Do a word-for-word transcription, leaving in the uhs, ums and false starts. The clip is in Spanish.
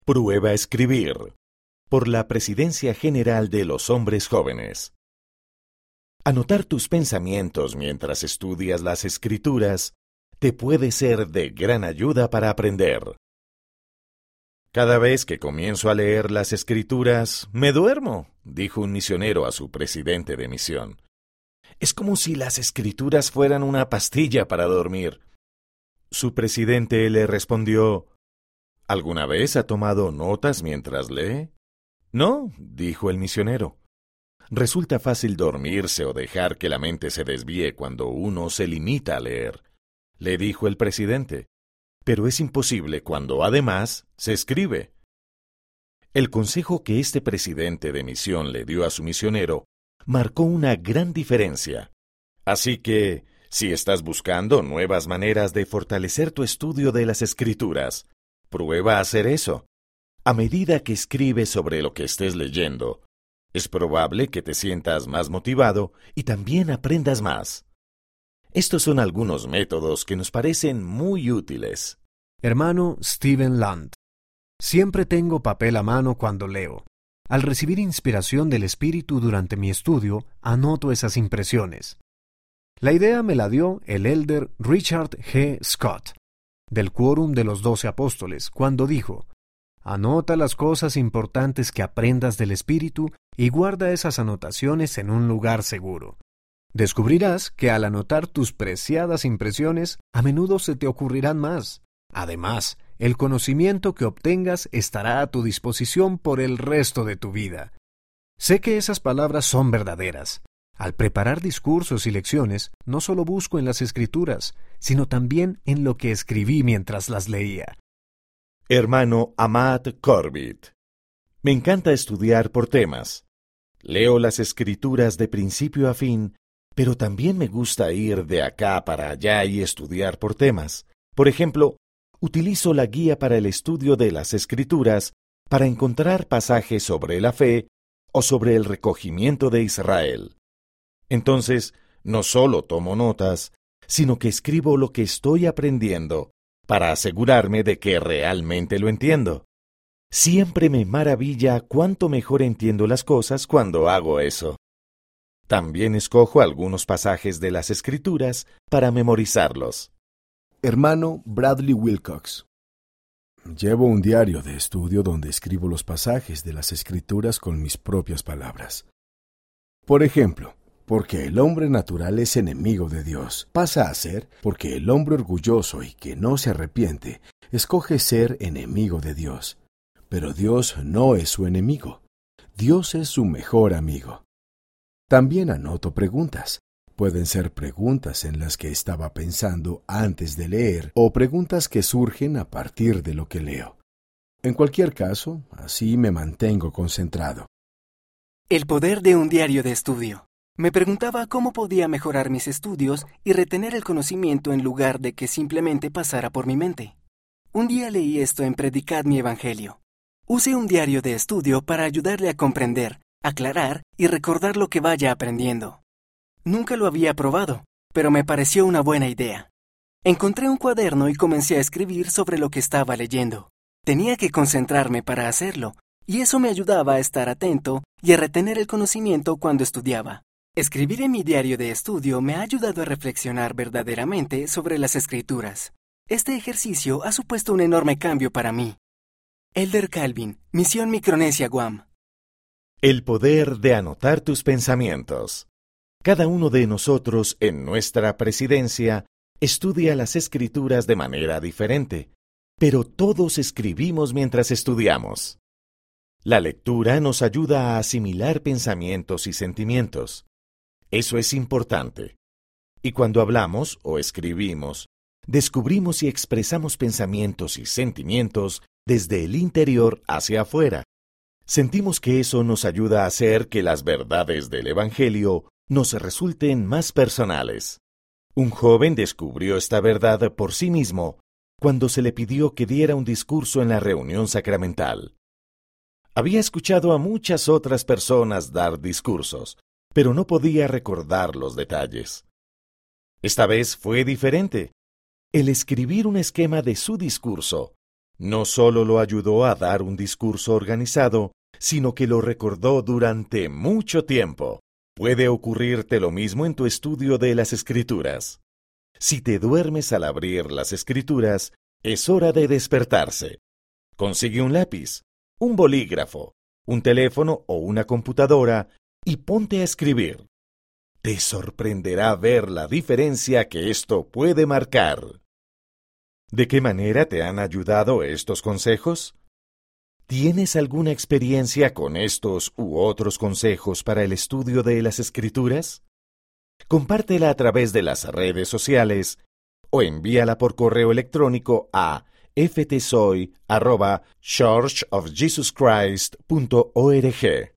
Prueba a escribir. Por la Presidencia General de los Hombres Jóvenes. Anotar tus pensamientos mientras estudias las Escrituras te puede ser de gran ayuda para aprender. Cada vez que comienzo a leer las Escrituras, me duermo, dijo un misionero a su presidente de misión. Es como si las Escrituras fueran una pastilla para dormir. Su presidente le respondió, ¿alguna vez ha tomado notas mientras lee? No, dijo el misionero. Resulta fácil dormirse o dejar que la mente se desvíe cuando uno se limita a leer, le dijo el presidente. Pero es imposible cuando, además, se escribe. El consejo que este presidente de misión le dio a su misionero marcó una gran diferencia. Así que, si estás buscando nuevas maneras de fortalecer tu estudio de las Escrituras, prueba a hacer eso. A medida que escribes sobre lo que estés leyendo, es probable que te sientas más motivado y también aprendas más. Estos son algunos métodos que nos parecen muy útiles. Hermano Stephen Land. Siempre tengo papel a mano cuando leo. Al recibir inspiración del Espíritu durante mi estudio, anoto esas impresiones. La idea me la dio el elder Richard G. Scott, del Quórum de los Doce Apóstoles, cuando dijo: anota las cosas importantes que aprendas del Espíritu y guarda esas anotaciones en un lugar seguro. Descubrirás que al anotar tus preciadas impresiones, a menudo se te ocurrirán más. Además, el conocimiento que obtengas estará a tu disposición por el resto de tu vida. Sé que esas palabras son verdaderas. Al preparar discursos y lecciones, no solo busco en las Escrituras, sino también en lo que escribí mientras las leía. Hermano Ahmad Corbett. Me encanta estudiar por temas. Leo las Escrituras de principio a fin, pero también me gusta ir de acá para allá y estudiar por temas. Por ejemplo, utilizo la guía para el estudio de las Escrituras para encontrar pasajes sobre la fe o sobre el recogimiento de Israel. Entonces, no solo tomo notas, sino que escribo lo que estoy aprendiendo para asegurarme de que realmente lo entiendo. Siempre me maravilla cuánto mejor entiendo las cosas cuando hago eso. También escojo algunos pasajes de las Escrituras para memorizarlos. Hermano Bradley Wilcox. Llevo un diario de estudio donde escribo los pasajes de las Escrituras con mis propias palabras. Por ejemplo, porque el hombre natural es enemigo de Dios, pasa a ser porque el hombre orgulloso y que no se arrepiente, escoge ser enemigo de Dios. Pero Dios no es su enemigo. Dios es su mejor amigo. También anoto preguntas. Pueden ser preguntas en las que estaba pensando antes de leer o preguntas que surgen a partir de lo que leo. En cualquier caso, así me mantengo concentrado. El poder de un diario de estudio. Me preguntaba cómo podía mejorar mis estudios y retener el conocimiento en lugar de que simplemente pasara por mi mente. Un día leí esto en Predicad mi Evangelio. Use un diario de estudio para ayudarle a comprender, aclarar y recordar lo que vaya aprendiendo. Nunca lo había probado, pero me pareció una buena idea. Encontré un cuaderno y comencé a escribir sobre lo que estaba leyendo. Tenía que concentrarme para hacerlo, y eso me ayudaba a estar atento y a retener el conocimiento cuando estudiaba. Escribir en mi diario de estudio me ha ayudado a reflexionar verdaderamente sobre las Escrituras. Este ejercicio ha supuesto un enorme cambio para mí. Elder Calvin, Misión Micronesia, Guam. El poder de anotar tus pensamientos. Cada uno de nosotros en nuestra presidencia estudia las Escrituras de manera diferente, pero todos escribimos mientras estudiamos. La lectura nos ayuda a asimilar pensamientos y sentimientos. Eso es importante. Y cuando hablamos o escribimos, descubrimos y expresamos pensamientos y sentimientos desde el interior hacia afuera. Sentimos que eso nos ayuda a hacer que las verdades del Evangelio nos resulten más personales. Un joven descubrió esta verdad por sí mismo cuando se le pidió que diera un discurso en la reunión sacramental. Había escuchado a muchas otras personas dar discursos, pero no podía recordar los detalles. Esta vez fue diferente. El escribir un esquema de su discurso no solo lo ayudó a dar un discurso organizado, sino que lo recordó durante mucho tiempo. Puede ocurrirte lo mismo en tu estudio de las Escrituras. Si te duermes al abrir las Escrituras, es hora de despertarse. Consigue un lápiz, un bolígrafo, un teléfono o una computadora y ponte a escribir. Te sorprenderá ver la diferencia que esto puede marcar. ¿De qué manera te han ayudado estos consejos? ¿Tienes alguna experiencia con estos u otros consejos para el estudio de las Escrituras? Compártela a través de las redes sociales o envíala por correo electrónico a f t soy arroba church of jesus christ punto org.